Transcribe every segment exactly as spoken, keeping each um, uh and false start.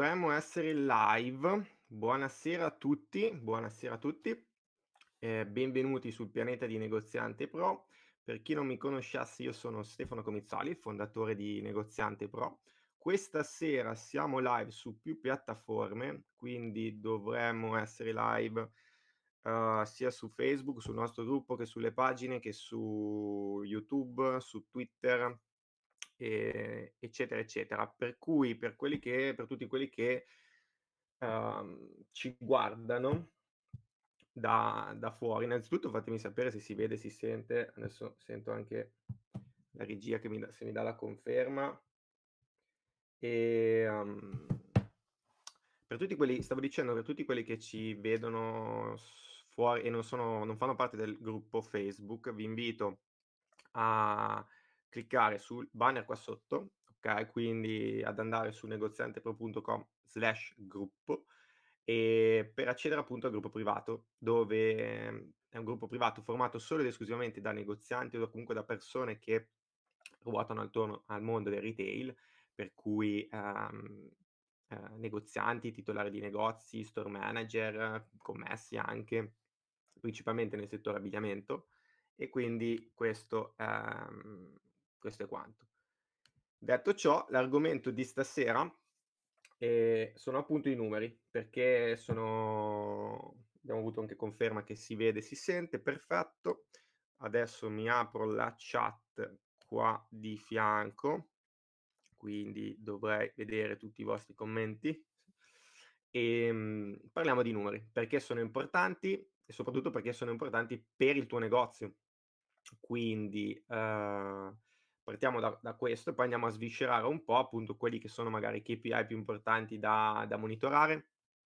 dovremmo essere live. Buonasera a tutti, buonasera a tutti. Ehm, benvenuti sul pianeta di Negoziante Pro. Per chi non mi conoscesse, io sono Stefano Comizzali, il fondatore di Negoziante Pro. Questa sera siamo live su più piattaforme, quindi dovremmo essere live, uhm, sia su Facebook, sul nostro gruppo, che sulle pagine, che su YouTube, su Twitter, ehm, eccetera, eccetera. Per cui per quelli che per tutti quelli che, uhm, ci guardano da da fuori, innanzitutto fatemi sapere se si vede e si sente. Adesso sento anche la regia che mi dà se mi dà la conferma. Ehm, per tutti quelli stavo dicendo, per tutti quelli che ci vedono s fuori e non sono non fanno parte del gruppo Facebook, vi invito a cliccare sul banner qua sotto, okay, quindi ad andare su negoziantepro punto com slash gruppo, ehm, per accedere appunto al gruppo privato, dove ehm, è un gruppo privato formato solo ed esclusivamente da negozianti o comunque da persone che ruotano attorno al mondo del retail, per cui, ehm, ehm, negozianti, titolari di negozi, store manager, commessi anche, principalmente nel settore abbigliamento, e quindi questo ehm, questo è quanto. Detto ciò, l'argomento di stasera, ehm, sono appunto i numeri, perché sono abbiamo avuto anche conferma che si vede e si sente, perfetto. Adesso mi apro la chat qua di fianco, quindi dovrei vedere tutti i vostri commenti. Ehm, parliamo di numeri, perché sono importanti e soprattutto perché sono importanti per il tuo negozio. Quindi, uhm, partiamo da da questo e poi andiamo a sviscerare un po' appunto quelli che sono magari i K P I più importanti da da monitorare,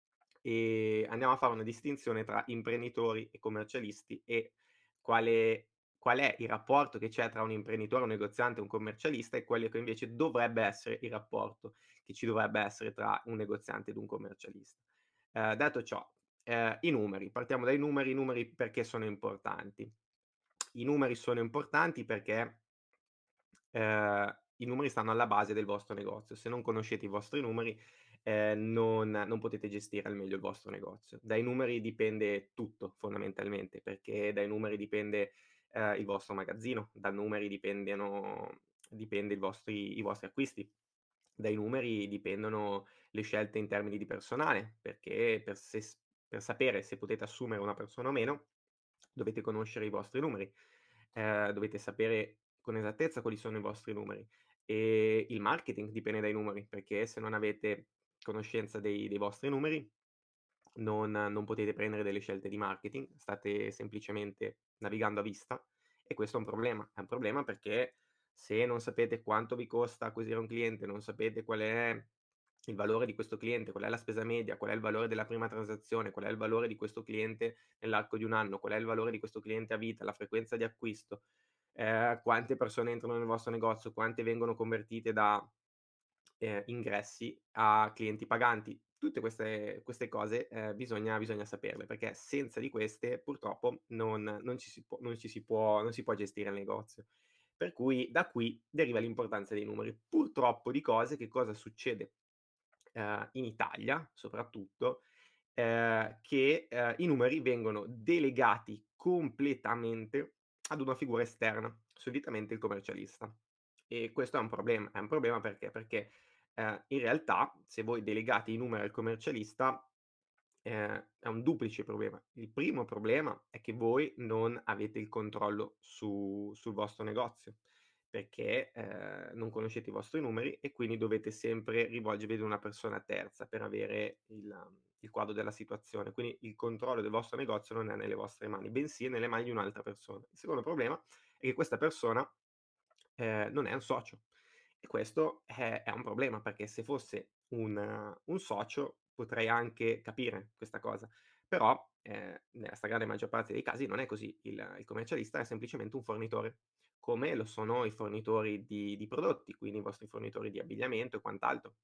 e andiamo a fare una distinzione tra imprenditori e commercialisti e quale qual è il rapporto che c'è tra un imprenditore, un negoziante e un commercialista, e quello che invece dovrebbe essere il rapporto che ci dovrebbe essere tra un negoziante ed un commercialista. Ehm, detto ciò, ehm, i numeri, partiamo dai numeri. I numeri perché sono importanti? I numeri sono importanti perché ehm, i numeri stanno alla base del vostro negozio. Se non conoscete i vostri numeri, ehm, non non potete gestire al meglio il vostro negozio. Dai numeri dipende tutto fondamentalmente, perché dai numeri dipende, ehm, il vostro magazzino, da numeri dipendono dipende il vostri i vostri acquisti, dai numeri dipendono le scelte in termini di personale, perché per se s per sapere se potete assumere una persona o meno, dovete conoscere i vostri numeri. Ehm, dovete sapere con esattezza quali sono i vostri numeri. E il marketing dipende dai numeri, perché se non avete conoscenza dei dei vostri numeri, non non potete prendere delle scelte di marketing, state semplicemente navigando a vista, e questo è un problema. È un problema perché se non sapete quanto vi costa acquisire un cliente, non sapete qual è il valore di questo cliente, qual è la spesa media, qual è il valore della prima transazione, qual è il valore di questo cliente nell'arco di un anno, qual è il valore di questo cliente a vita, la frequenza di acquisto, ehm, quante persone entrano nel vostro negozio, quante vengono convertite da, ehm, ingressi a clienti paganti. Tutte queste queste cose, ehm, bisogna bisogna saperle, perché senza di queste purtroppo non non ci si può non ci si può non si può gestire il negozio. Per cui da qui deriva l'importanza dei numeri. Purtroppo di cose, che cosa succede, ehm, in Italia soprattutto, ehm, che, ehm, i numeri vengono delegati completamente ad una figura esterna, solitamente il commercialista. E questo è un problema. È un problema perché? Perché, ehm, in realtà se voi delegate i numeri al commercialista, ehm, è un duplice problema. Il primo problema è che voi non avete il controllo su sul vostro negozio, perché, ehm, non conoscete i vostri numeri e quindi dovete sempre rivolgervi ad una persona terza per avere il il quadro della situazione. Quindi il controllo del vostro negozio non è nelle vostre mani, bensì è nelle mani di un'altra persona. Il secondo problema è che questa persona, ehm, non è un socio, e questo è è un problema, perché se fosse un un socio potrei anche capire questa cosa, però, ehm, nella stragrande maggior parte dei casi non è così. Il il commercialista è semplicemente un fornitore, come lo sono i fornitori di di prodotti, quindi i vostri fornitori di abbigliamento e quant'altro.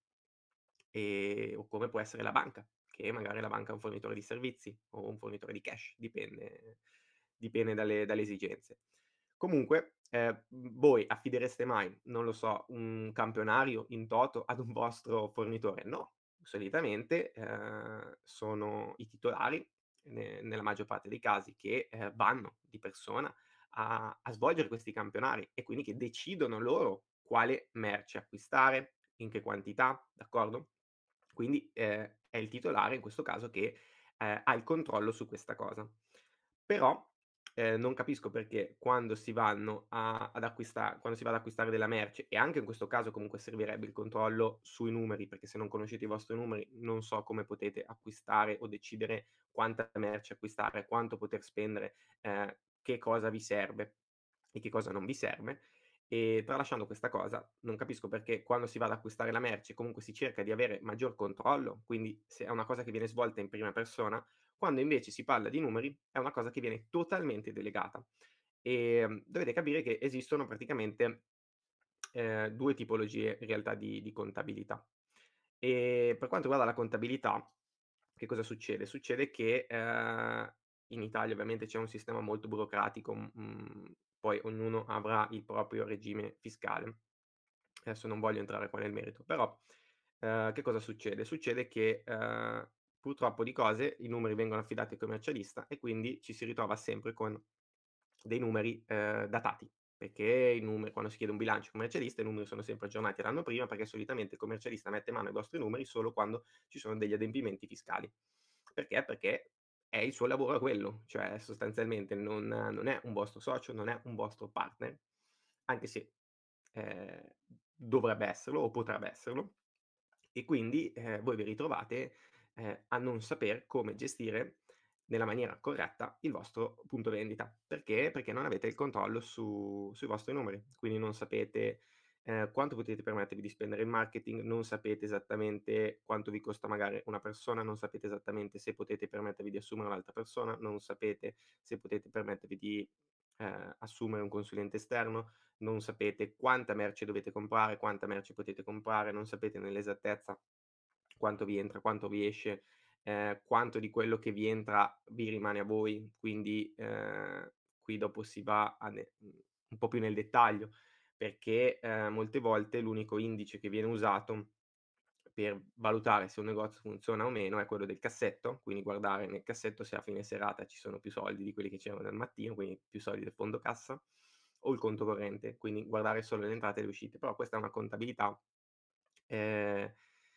Ehm, o come può essere la banca, che magari la banca è un fornitore di servizi o un fornitore di cash, dipende dipende dalle dalle esigenze. Comunque, ehm, mhmm, voi affidereste mai, non lo so, un campionario in toto ad un vostro fornitore? No, Solitamente, ehm, sono i titolari, ne nella maggior parte dei casi, che, ehm, vanno di persona a a svolgere questi campionari e quindi che decidono loro quale merce acquistare, in che quantità, d'accordo? Quindi, ehm, è il titolare in questo caso che, ehm, ha il controllo su questa cosa. Però, ehm, non capisco perché quando si vanno a ad acquista quando si va ad acquistare della merce, e anche in questo caso comunque servirebbe il controllo sui numeri, perché se non conoscete i vostri numeri non so come potete acquistare o decidere quanta merce acquistare, quanto poter spendere, ehm, che cosa vi serve e che cosa non vi serve. E tralasciando questa cosa, non capisco perché quando si va ad acquistare la merce comunque si cerca di avere maggior controllo, quindi se è una cosa che viene svolta in prima persona, quando invece si parla di numeri è una cosa che viene totalmente delegata. Ehm, dovete capire che esistono praticamente, ehm, due tipologie in realtà di di contabilità. Ehm, per quanto riguarda la contabilità, che cosa succede? Succede che, ehm, in Italia ovviamente c'è un sistema molto burocratico, mhmm, poi ognuno avrà il proprio regime fiscale. Adesso non voglio entrare qua nel merito, però, ehm, che cosa succede? Succede che, ehm, purtroppo di cose i numeri vengono affidati al commercialista e quindi ci si ritrova sempre con dei numeri, ehm, datati, perché i nume quando si chiede un bilancio al commercialista i numeri sono sempre aggiornati all'anno prima, perché solitamente il commercialista mette mano ai vostri numeri solo quando ci sono degli adempimenti fiscali. Perché? Perché è il suo lavoro è quello, cioè sostanzialmente non non è un vostro socio, non è un vostro partner, anche se, ehm, dovrebbe esserlo o potrebbe esserlo, e quindi, ehm, voi vi ritrovate, ehm, a non saper come gestire nella maniera corretta il vostro punto vendita. Perché? Perché non avete il controllo su sui vostri numeri, quindi non sapete, ehm, quanto potete permettervi di spendere in marketing, non sapete esattamente quanto vi costa magari una persona, non sapete esattamente se potete permettervi di assumere un'altra persona, non sapete se potete permettervi di, ehm, assumere un consulente esterno, non sapete quanta merce dovete comprare, quanta merce potete comprare, non sapete nell'esattezza quanto vi entra, quanto vi esce, ehm, quanto di quello che vi entra vi rimane a voi. Quindi, ehm, qui dopo si va a ne mhmm, un po' più nel dettaglio, perché, ehm, molte volte l'unico indice che viene usato per valutare se un negozio funziona o meno è quello del cassetto, quindi guardare nel cassetto se a fine serata ci sono più soldi di quelli che c'erano al mattino, quindi più soldi del fondo cassa, o il conto corrente, quindi guardare solo le entrate e le uscite. Però questa è una contabilità, ehm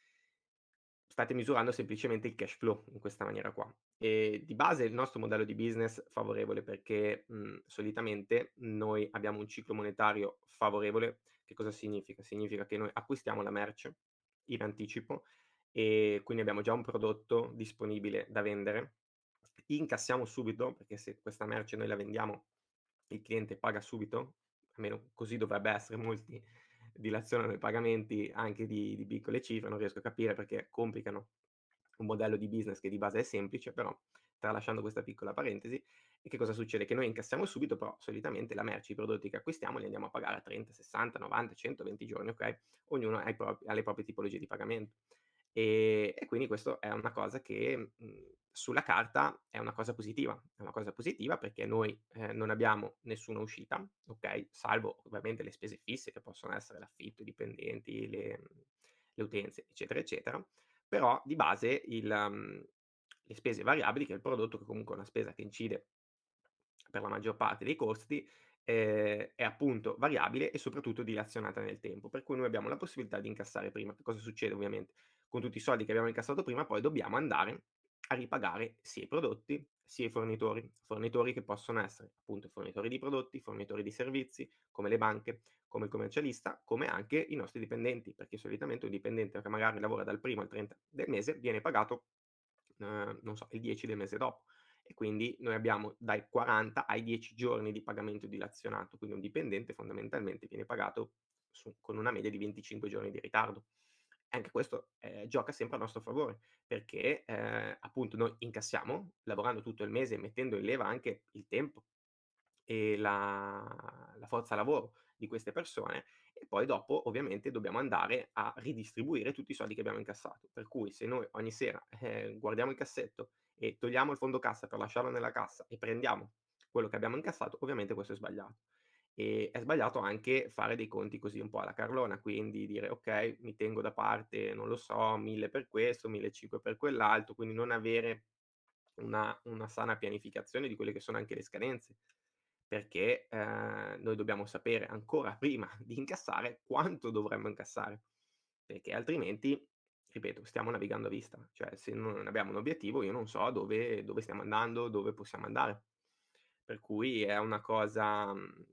state misurando semplicemente il cash flow in questa maniera qua. E di base il nostro modello di business favorevole perché, mhmm, solitamente noi abbiamo un ciclo monetario favorevole. Che cosa significa? Significa che noi acquistiamo la merce in anticipo e quindi abbiamo già un prodotto disponibile da vendere, incassiamo subito, perché se questa merce noi la vendiamo il cliente paga subito, almeno così dovrebbe essere, molti dilazionano i pagamenti anche di di piccole cifre, non riesco a capire perché complicano un modello di business che di base è semplice, però tralasciando questa piccola parentesi, e che cosa succede? Che noi incassiamo subito, però solitamente la merce, i prodotti che acquistiamo li andiamo a pagare a trenta, sessanta, novanta, centoventi giorni, okay, ognuno ha i prop ha le proprie tipologie di pagamento. Ehm, e quindi questo è una cosa che, mhmm, sulla carta è una cosa positiva. È una cosa positiva perché noi, ehm, non abbiamo nessuna uscita, okay, salvo ovviamente le spese fisse che possono essere l'affitto, i dipendenti, le mhmm, le utenze, eccetera, eccetera, però di base il mhmm, le spese variabili, che è il prodotto, che comunque è una spesa che incide per la maggior parte dei costi, ehm, è appunto variabile e soprattutto dilazionata nel tempo, per cui noi abbiamo la possibilità di incassare prima. Che cosa succede ovviamente? Con tutti i soldi che abbiamo incassato prima poi dobbiamo andare a ripagare sia i prodotti, sia i fornitori. Fornitori che possono essere appunto fornitori di prodotti, fornitori di servizi, come le banche, come il commercialista, come anche i nostri dipendenti, perché solitamente un dipendente che magari lavora dal primo al trenta del mese viene pagato, ehm, non so, il dieci del mese dopo. E quindi noi abbiamo dai quaranta ai dieci giorni di pagamento dilazionato, quindi un dipendente fondamentalmente viene pagato su con una media di venticinque giorni di ritardo. E anche questo, ehm, gioca sempre a nostro favore, perché, ehm, appunto noi incassiamo lavorando tutto il mese, mettendo in leva anche il tempo e la la forza lavoro di queste persone, e poi dopo ovviamente dobbiamo andare a ridistribuire tutti i soldi che abbiamo incassato. Per cui se noi ogni sera, eh, guardiamo il cassetto e togliamo il fondo cassa per lasciarlo nella cassa e prendiamo quello che abbiamo incassato, ovviamente questo è sbagliato. E è sbagliato anche fare dei conti così un po' alla carlona, quindi dire: "Okay, mi tengo da parte, non lo so, mille per questo, millecinquecento per quell'altro", quindi non avere una una sana pianificazione di quelle che sono anche le scadenze, perché, ehm, noi dobbiamo sapere ancora prima di incassare quanto dovremmo incassare, perché altrimenti, ripeto, stiamo navigando a vista. Cioè, se non abbiamo un obiettivo io non so dove dove stiamo andando, dove possiamo andare. Per cui è una cosa mhmm,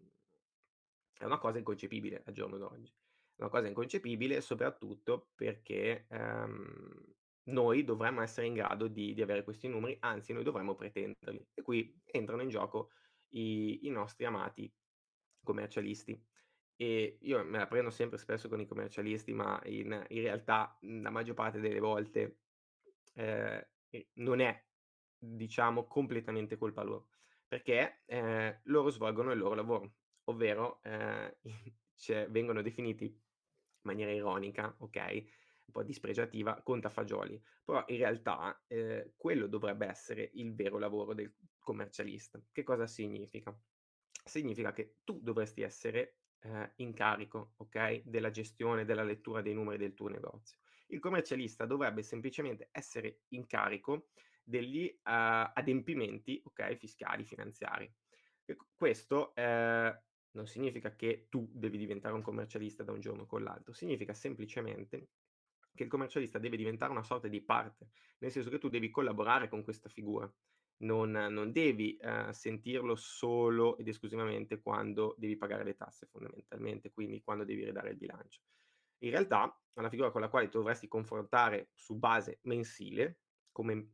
è una cosa inconcepibile al giorno d'oggi. È una cosa inconcepibile soprattutto perché, ehm, noi dovremmo essere in grado di di avere questi numeri, anzi noi dovremmo pretenderli. E qui entrano in gioco i i nostri amati commercialisti. E io me la prendo sempre spesso con i commercialisti, ma in in realtà, mhmm, la maggior parte delle volte, ehm, e non è, diciamo, completamente colpa loro, perché, ehm, loro svolgono il loro lavoro, ovvero, ehm, cioè vengono definiti in maniera ironica, okay, un po' dispregiativa, contafagioli. Però in realtà, ehm, quello dovrebbe essere il vero lavoro del commercialista. Che cosa significa? Significa che tu dovresti essere, ehm, in carico, okay, della gestione, della lettura dei numeri del tuo negozio. Il commercialista dovrebbe semplicemente essere in carico degli, uhm, adempimenti, okay, fiscali, finanziari. E q questo, ehm, non significa che tu devi diventare un commercialista da un giorno con l'altro, significa semplicemente che il commercialista deve diventare una sorta di partner, nel senso che tu devi collaborare con questa figura. Non non devi, ehm, sentirlo solo ed esclusivamente quando devi pagare le tasse fondamentalmente, quindi quando devi redare il bilancio. In realtà è una figura con la quale tu dovresti confrontare su base mensile, come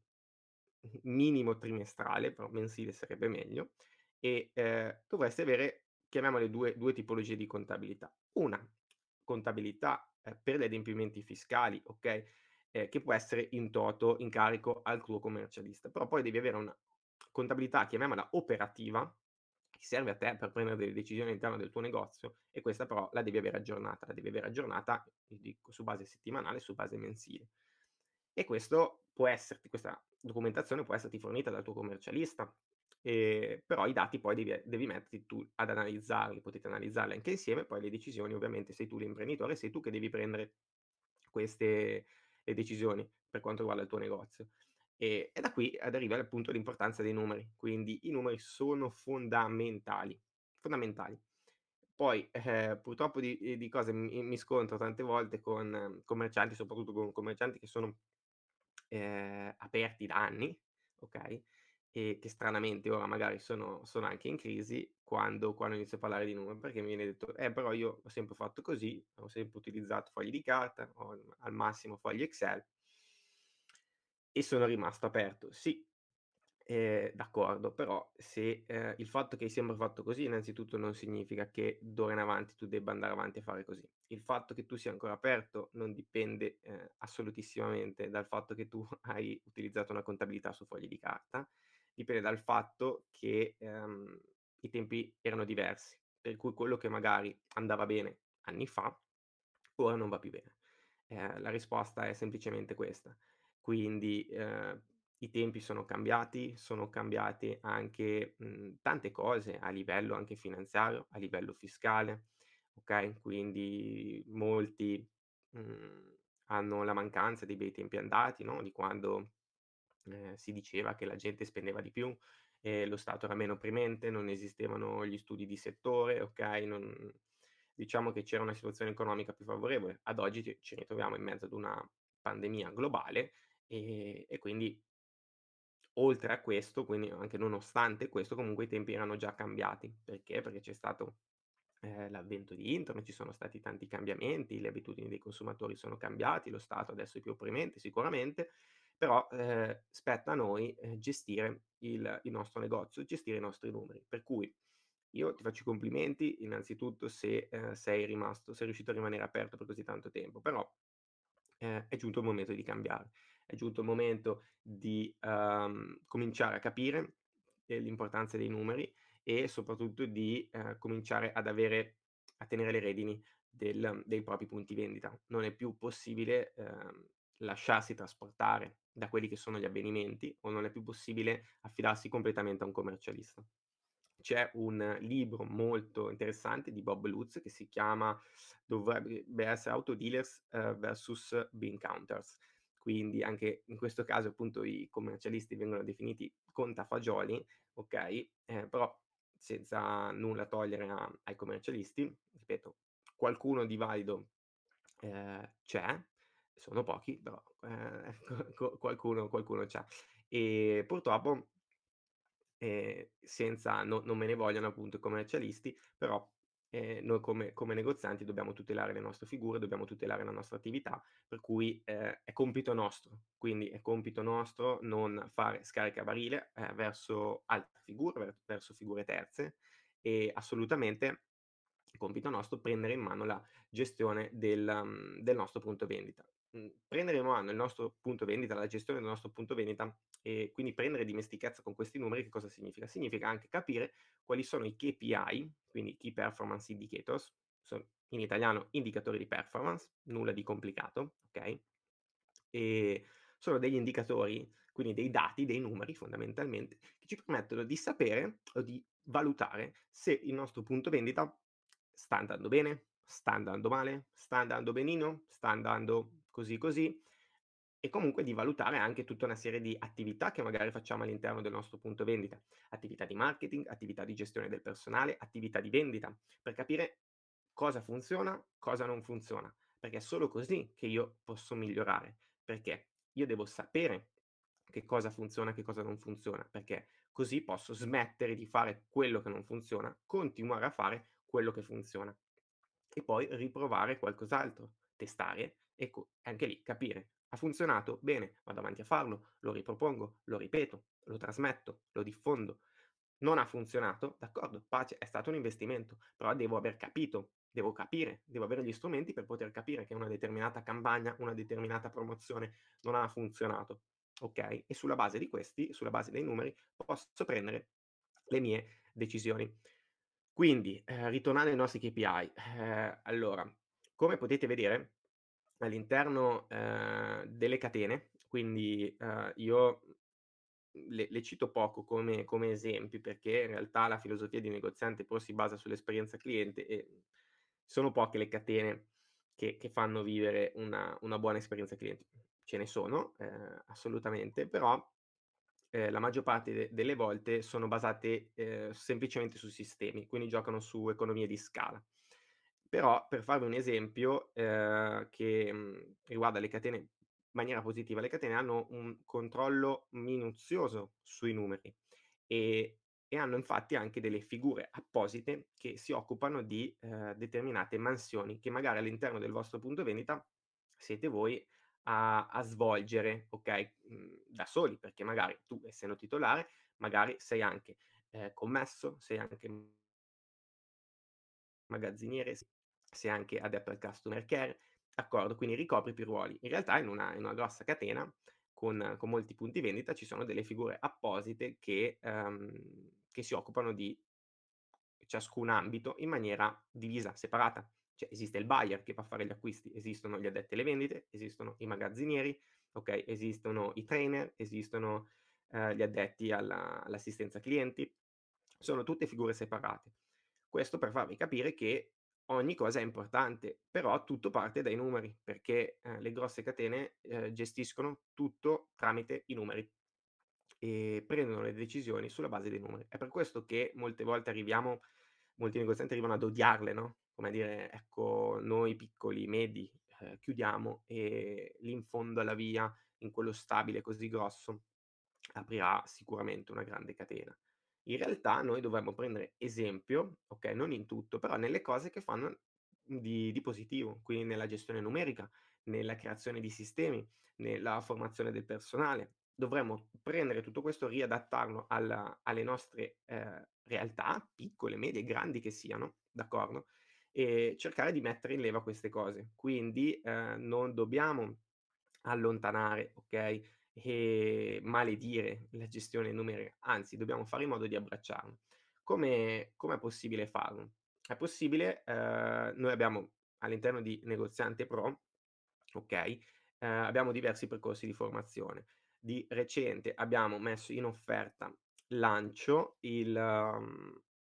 minimo trimestrale, però mensile sarebbe meglio, e, ehm, dovresti avere, chiamiamole due due tipologie di contabilità. Una contabilità, ehm, per gli adempimenti fiscali, okay, ehm, che può essere in toto in carico al tuo commercialista, però poi devi avere una contabilità, chiamiamola operativa, che serve a te per prendere delle decisioni all'interno del tuo negozio e questa però la devi avere aggiornata, la devi avere aggiornata, ti dico, su base settimanale, su base mensile. E questo può esserti questa documentazione può esserti fornita dal tuo commercialista, ehm, però i dati poi devi devi metterti tu ad analizzarli, potete analizzarli anche insieme, poi le decisioni ovviamente sei tu l'imprenditore, sei tu che devi prendere queste le decisioni per quanto riguarda il tuo negozio. E e da qui ad arriva appunto l'importanza dei numeri. Quindi i numeri sono fondamentali, fondamentali. Poi, eh, purtroppo di ehm, di cose mi mi scontro tante volte con eh, commercianti, soprattutto con commercianti che sono, ehm, aperti da anni, okay, e che stranamente ora magari sono sono anche in crisi quando quando inizio a parlare di numeri, perché mi viene detto: "Eh, però io ho sempre fatto così, ho sempre utilizzato fogli di carta, o al al massimo fogli Excel e sono rimasto aperto". Sì, Ehm, d'accordo, però se, ehm, il fatto che hai sempre fatto così innanzitutto non significa che d'ora in avanti tu debba andare avanti a fare così. Il fatto che tu sia ancora aperto non dipende, ehm, assolutissimamente dal fatto che tu hai utilizzato una contabilità su fogli di carta, dipende dal fatto che, ehm, i tempi erano diversi, per cui quello che magari andava bene anni fa, ora non va più bene. Ehm, la risposta è semplicemente questa. Quindi, ehm, i tempi sono cambiati, sono cambiate anche, mhmm, tante cose a livello anche finanziario, a livello fiscale, okay, quindi molti, mhmm, hanno la mancanza dei bei tempi andati, no, di quando, ehm, si diceva che la gente spendeva di più, e lo Stato era meno premente, non esistevano gli studi di settore, okay, non diciamo che c'era una situazione economica più favorevole. Ad oggi ci ci ritroviamo in mezzo ad una pandemia globale, ehm, e quindi oltre a questo, quindi anche nonostante questo, comunque i tempi erano già cambiati. Perché? Perché c'è stato, ehm, l'avvento di internet, ci sono stati tanti cambiamenti, le abitudini dei consumatori sono cambiati, lo Stato adesso è più opprimente sicuramente, però, ehm, spetta a noi, ehm, gestire il il nostro negozio, gestire i nostri numeri. Per cui io ti faccio i complimenti innanzitutto se, ehm, sei rimasto sei riuscito a rimanere aperto per così tanto tempo, però ehm, è giunto il momento di cambiare. È giunto il momento di, uhm, cominciare a capire, ehm, l'importanza dei numeri e soprattutto di, ehm, cominciare ad avere a tenere le redini del dei propri punti vendita. Non è più possibile, ehm, lasciarsi trasportare da quelli che sono gli avvenimenti o non è più possibile affidarsi completamente a un commercialista. c'è un libro molto interessante di Bob Lutz che si chiama dovrebbe essere Auto Dealers, ehm, versus Bean Counters. Quindi anche in questo caso appunto i commercialisti vengono definiti contafagioli, okay, ehm, però senza nulla togliere a ai commercialisti, ripeto, qualcuno di valido, ehm, c'è, sono pochi però, ehm, ecco, qualcuno qualcuno c'è. E purtroppo ehm, senza no non me ne vogliano appunto i commercialisti, però, ehm, noi come come negozianti dobbiamo tutelare le nostre figure, dobbiamo tutelare la nostra attività, per cui, ehm, è compito nostro. Quindi è compito nostro non fare scaricabarile, ehm, verso altre figure, ver verso figure terze e assolutamente è compito nostro prendere in mano la gestione del mhmm, del nostro punto vendita. Mhmm, prendere in mano il nostro punto vendita, la gestione del nostro punto vendita e quindi prendere dimestichezza con questi numeri che cosa significa? Significa anche capire quali sono i K P I, quindi Key Performance Indicators, son in italiano indicatori di performance, nulla di complicato, okay, e sono degli indicatori, quindi dei dati, dei numeri fondamentalmente, che ci permettono di sapere o di valutare se il nostro punto vendita sta andando bene, sta andando male, sta andando benino, sta andando così così, e comunque di valutare anche tutta una serie di attività che magari facciamo all'interno del nostro punto vendita, attività di marketing, attività di gestione del personale, attività di vendita, per capire cosa funziona, cosa non funziona, perché è solo così che io posso migliorare, perché io devo sapere che cosa funziona, che cosa non funziona, perché così posso smettere di fare quello che non funziona, continuare a fare quello che funziona e poi riprovare qualcos'altro, testare e co anche lì capire: ha funzionato? Bene, vado avanti a farlo, lo ripropongo, lo ripeto, lo trasmetto, lo diffondo. Non ha funzionato? D'accordo, pace, è stato un investimento, però devo aver capito, devo capire, devo avere gli strumenti per poter capire che una determinata campagna, una determinata promozione non ha funzionato, okay? E sulla base di questi, sulla base dei numeri, posso prendere le mie decisioni. Quindi, ehm, ritornando ai nostri K P I, ehm, allora, come potete vedere all'interno, ehm, delle catene, quindi, ehm, io, mhmm, le le cito poco come come esempi, perché in realtà la filosofia di negoziante però si basa sull'esperienza cliente e, mhmm, sono poche le catene che che fanno vivere una una buona esperienza cliente. Ce ne sono, ehm, assolutamente, però ehm, la maggior parte de delle volte sono basate, ehm, semplicemente su sistemi, quindi giocano su economie di scala. Però, per farvi un esempio, ehm, che, mhmm, riguarda le catene in maniera positiva, le catene hanno un controllo minuzioso sui numeri e e hanno infatti anche delle figure apposite che si occupano di, ehm, determinate mansioni che magari all'interno del vostro punto vendita siete voi a a svolgere, okay, mhmm, da soli, perché magari tu essendo titolare, magari sei anche, ehm, commesso, sei anche magazziniere, s sei anche addetto al customer care, d'accordo, quindi ricopri più ruoli. In realtà in una in una grossa catena con con molti punti vendita ci sono delle figure apposite che, ehm, che si occupano di ciascun ambito in maniera divisa, separata. Cioè esiste il buyer che va a fare gli acquisti, esistono gli addetti alle vendite, esistono i magazzinieri, okay, esistono i trainer, esistono, ehm, gli addetti alla all'assistenza clienti. Sono tutte figure separate. Questo per farvi capire che ogni cosa è importante, però tutto parte dai numeri, perché, ehm, le grosse catene, ehm, gestiscono tutto tramite i numeri e prendono le decisioni sulla base dei numeri. È per questo che molte volte arriviamo molti negozianti arrivano ad odiarle, no, come a dire: "Ecco, noi piccoli, medi, ehm, chiudiamo e lì in fondo alla via, in quello stabile così grosso, aprirà sicuramente una grande catena". In realtà noi dovremmo prendere esempio, okay, non in tutto, però nelle cose che fanno di di positivo, quindi nella gestione numerica, nella creazione di sistemi, nella formazione del personale. Dovremmo prendere tutto questo, riadattarlo alla alle nostre, ehm, realtà, piccole, medie, grandi che siano, d'accordo, e cercare di mettere in leva queste cose. Quindi, ehm, non dobbiamo allontanare, okay, e maledire la gestione numerica, anzi dobbiamo fare in modo di abbracciarla. Come com'è possibile farlo? È possibile, ehm, noi abbiamo all'interno di Negoziante Pro, okay, ehm, abbiamo diversi percorsi di formazione. Di recente abbiamo messo in offerta lancio il, mhmm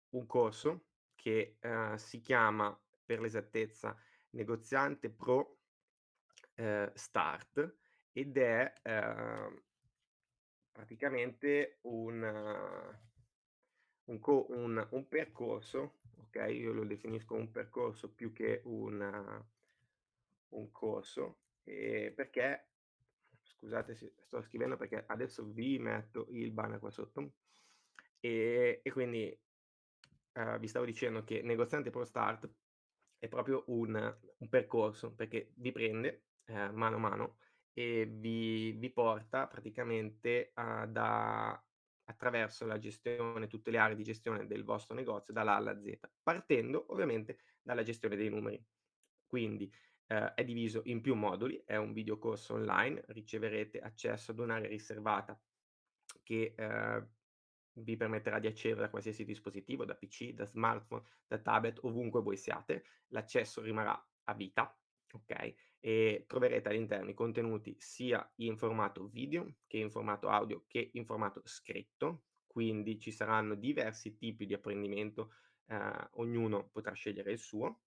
un corso che, ehm, si chiama, per l'esattezza, Negoziante Pro, ehm, Start, ed è, ehm, praticamente un eh, un co un un percorso, okay, io lo definisco un percorso più che un eh, un corso, ehm, perché scusate se sto scrivendo perché adesso vi metto il banner qua sotto. Ehm, e quindi, ehm, vi stavo dicendo che Negoziante Pro Start è proprio un un percorso, perché vi prende, ehm, mano a mano e vi vi porta praticamente a da attraverso la gestione, tutte le aree di gestione del vostro negozio dalla A alla Z, partendo ovviamente dalla gestione dei numeri. Quindi, ehm, è diviso in più moduli, è un videocorso online, riceverete accesso ad un'area riservata che, ehm, vi permetterà di accedere a qualsiasi dispositivo, da P C, da smartphone, da tablet, ovunque voi siate. L'accesso rimarrà a vita, okay, e troverete all'interno i contenuti sia in formato video, che in formato audio, che in formato scritto, quindi ci saranno diversi tipi di apprendimento, ehm, ognuno potrà scegliere il suo.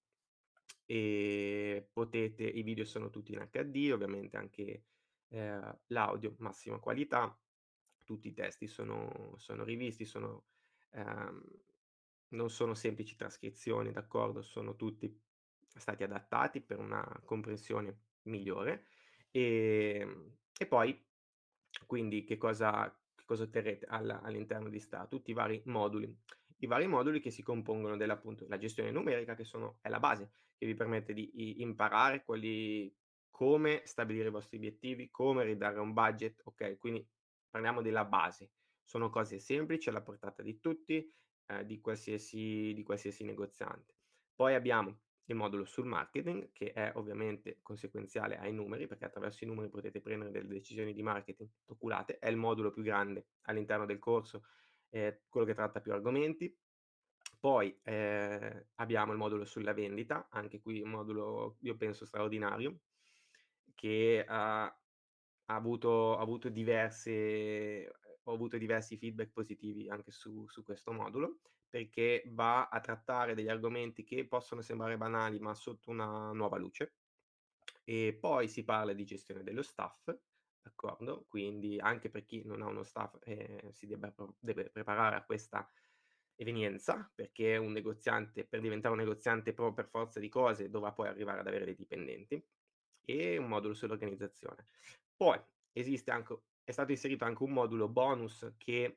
Ehm, potete i video sono tutti in H D, ovviamente anche, ehm, l'audio massima qualità, tutti i testi sono sono rivisti, sono ehm, non sono semplici trascrizioni, d'accordo, sono tutti stati adattati per una comprensione migliore. Ehm, e poi quindi che cosa che cosa otterrete al all'interno di sta tutti i vari moduli. I vari moduli che si compongono dell'appunto la gestione numerica che sono è la base, che vi permette di i imparare quali come stabilire i vostri obiettivi, come ridare un budget, okay, quindi parliamo della base. Sono cose semplici, alla portata di tutti, ehm, di qualsiasi di qualsiasi negoziante. Poi abbiamo il modulo sul marketing, che è ovviamente conseguenziale ai numeri, perché attraverso i numeri potete prendere delle decisioni di marketing oculate. È il modulo più grande all'interno del corso, ehm, quello che tratta più argomenti. Poi, ehm, abbiamo il modulo sulla vendita, anche qui un modulo io penso straordinario, che ha ha avuto ha avuto diverse ehm, ho avuto diversi feedback positivi anche su su questo modulo, perché va a trattare degli argomenti che possono sembrare banali, ma sotto una nuova luce. E poi si parla di gestione dello staff, d'accordo, quindi anche per chi non ha uno staff, ehm, si debba pro deve preparare a questa evenienza, perché un negoziante per diventare un negoziante pro per forza di cose dovrà poi arrivare ad avere dei dipendenti, e un modulo sull'organizzazione. Poi esiste anche è stato inserito anche un modulo bonus che,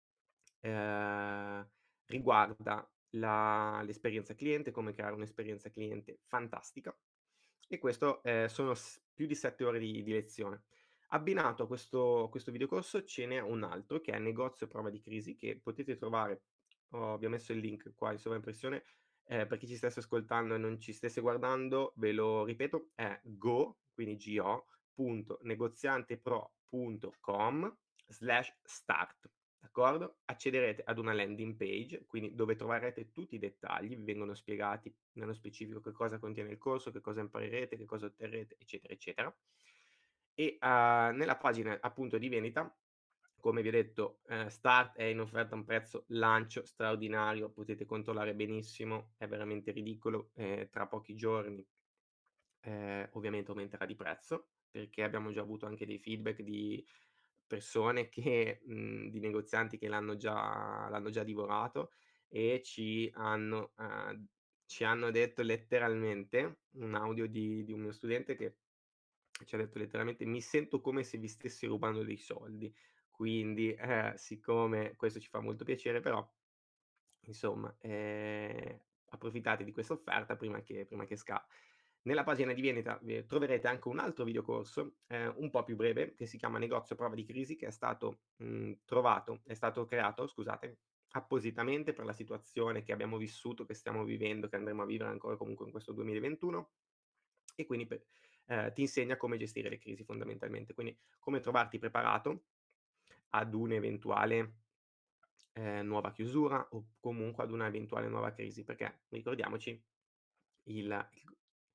ehm, riguarda la l'esperienza cliente, come creare un'esperienza cliente fantastica, e questo, ehm, sono s più di sette ore di di lezione. Abbinato a questo questo videocorso ce n'è un altro che è Negozio Prova di Crisi, che potete trovare, ho vi ho messo il link qua in sovraimpressione, ehm, per chi ci stesse ascoltando e non ci stesse guardando, ve lo ripeto, è go, quindi go, punto negoziantepro punto com slash start. D'accordo? Accederete ad una landing page, quindi dove troverete tutti i dettagli, vi vengono spiegati nello specifico che cosa contiene il corso, che cosa imparerete, che cosa otterrete, eccetera, eccetera. E, uhm, nella pagina appunto di vendita, come vi ho detto, ehm, Start è in offerta a un prezzo lancio straordinario, potete controllare benissimo, è veramente ridicolo, ehm, tra pochi giorni, ehm, ovviamente aumenterà di prezzo, perché abbiamo già avuto anche dei feedback di persone che mhmm, di negozianti che l'hanno già l'hanno già divorato e ci hanno uhm, ci hanno detto letteralmente, un audio di di un mio studente che ci ha detto letteralmente: "Mi sento come se vi stessi rubando dei soldi". Quindi, eh, siccome questo ci fa molto piacere, però insomma, ehm, approfittate di questa offerta prima che prima che sca nella pagina di vendita ve troverete anche un altro videocorso, ehm, un po' più breve, che si chiama Negozio Prova di Crisi, che è stato, mhmm, trovato è stato creato, scusate, appositamente per la situazione che abbiamo vissuto, che stiamo vivendo, che andremo a vivere ancora comunque in questo duemilaventuno, e quindi pe ehm, ti insegna come gestire le crisi fondamentalmente, quindi come trovarti preparato ad un'eventuale, ehm, nuova chiusura o comunque ad una eventuale nuova crisi, perché ricordiamoci il il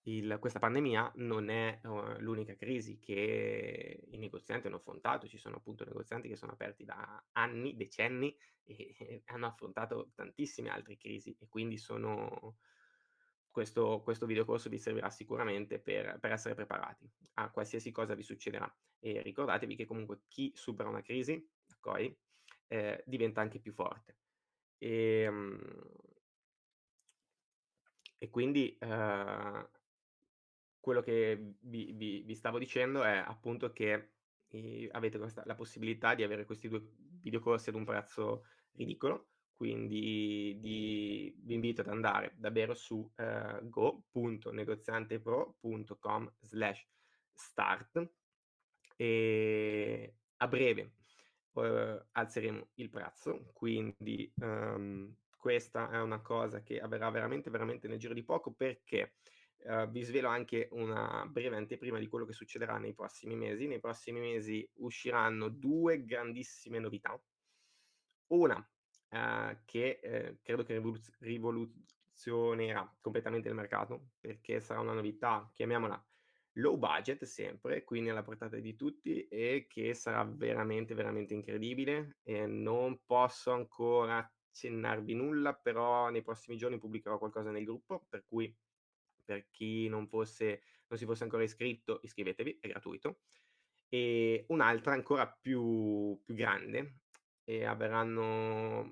il questa pandemia non è, uhm, l'unica crisi che i negozianti hanno affrontato. Ci sono appunto negozianti che sono aperti da anni, decenni e e hanno affrontato tantissime altre crisi e quindi sono questo questo videocorso vi servirà sicuramente per per essere preparati a qualsiasi cosa vi succederà. E ricordatevi che comunque chi supera una crisi, okay, ehm, diventa anche più forte. Ehm e quindi, ehm quello che vi vi vi stavo dicendo è appunto che, ehm, avete questa la possibilità di avere questi due videocorsi ad un prezzo ridicolo, quindi di vi invito ad andare davvero su, ehm, go.negoziantepro.com slash start e a breve, uhm, alzeremo il prezzo, quindi, ehm, questa è una cosa che avverrà veramente, veramente nel giro di poco perché, ehm, vi svelo anche una breve anteprima di quello che succederà nei prossimi mesi. Nei prossimi mesi usciranno due grandissime novità. Una, ehm, che, ehm, credo che rivoluz rivoluzionerà completamente il mercato, perché sarà una novità, chiamiamola low budget sempre, quindi alla portata di tutti e che sarà veramente, veramente incredibile e non posso ancora accennarvi nulla, però nei prossimi giorni pubblicherò qualcosa nel gruppo, per cui per chi non fosse non si fosse ancora iscritto, iscrivetevi, è gratuito. E un'altra ancora più più grande e avverranno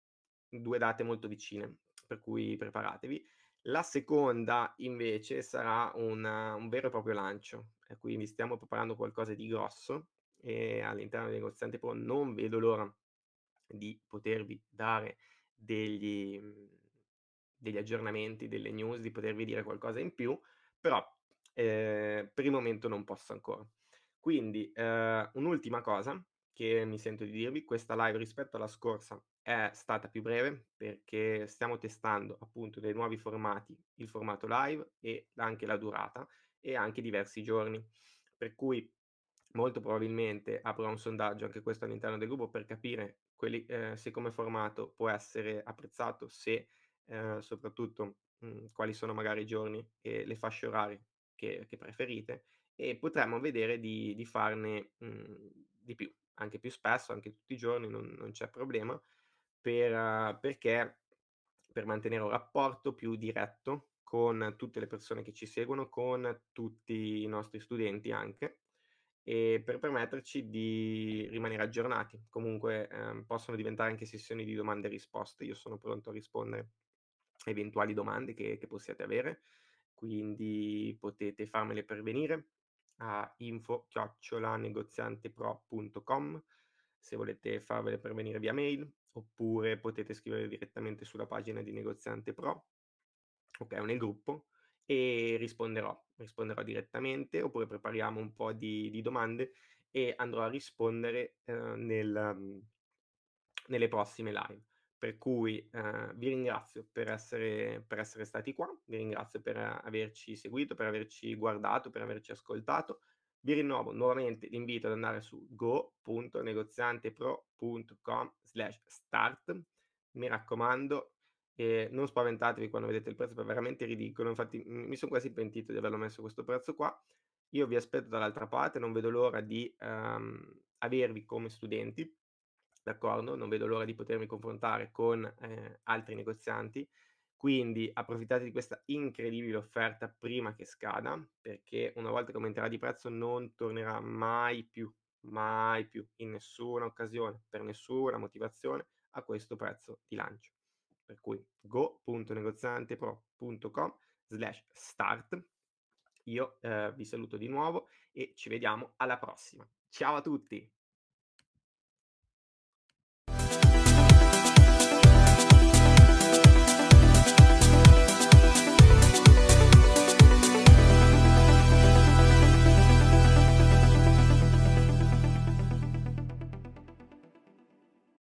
due date molto vicine, per cui preparatevi. La seconda invece sarà un un vero e proprio lancio e quindi stiamo preparando qualcosa di grosso e all'interno del Negoziante Pro non vedo l'ora di potervi dare degli mhmm, degli aggiornamenti, delle news, di potervi dire qualcosa in più, però, ehm, per il momento non posso ancora. Quindi, ehm, un'ultima cosa che mi sento di dirvi, questa live rispetto alla scorsa è stata più breve perché stiamo testando appunto dei nuovi formati, il formato live e anche la durata e anche diversi giorni. Per cui molto probabilmente aprirò un sondaggio, anche questo all'interno del gruppo, per capire quelli ehm, se come formato può essere apprezzato, se, ehm, soprattutto, mhmm, quali sono magari i giorni e le fasce orarie che che preferite e potremmo vedere di di farne, mhmm, di più, anche più spesso, anche tutti i giorni, non non c'è problema, per eh, perché per mantenere un rapporto più diretto con tutte le persone che ci seguono, con tutti i nostri studenti anche, e per permetterci di rimanere aggiornati. Comunque, ehm, possono diventare anche sessioni di domande e risposte. Io sono pronto a rispondere a eventuali domande che che possiate avere, quindi potete farmele pervenire a info chiocciola negoziantepro punto com se volete farvele pervenire via mail, oppure potete scrivere direttamente sulla pagina di Negoziante Pro, okay, o nel gruppo e risponderò. Risponderò direttamente, oppure prepariamo un po' di di domande e andrò a rispondere, ehm, nel mhmm, nelle prossime live. Per cui, ehm, vi ringrazio per essere per essere stati qua, vi ringrazio per averci seguito, per averci guardato, per averci ascoltato. Vi rinnovo nuovamente l'invito ad andare su go.negoziantepro punto com slash start. Mi raccomando, ehm, non spaventatevi quando vedete il prezzo, è veramente ridicolo. Infatti, m mi son quasi pentito di averlo messo questo prezzo qua. Io vi aspetto dall'altra parte, non vedo l'ora di, ehm, avervi come studenti, d'accordo? Non vedo l'ora di potermi confrontare con, ehm, altri negozianti, quindi approfittate di questa incredibile offerta prima che scada, perché una volta che aumenterà di prezzo non tornerà mai più, mai più, in nessuna occasione, per nessuna motivazione, a questo prezzo di lancio. Per cui go.negoziantepro.com slash start. Io, ehm, vi saluto di nuovo e ci vediamo alla prossima. Ciao a tutti.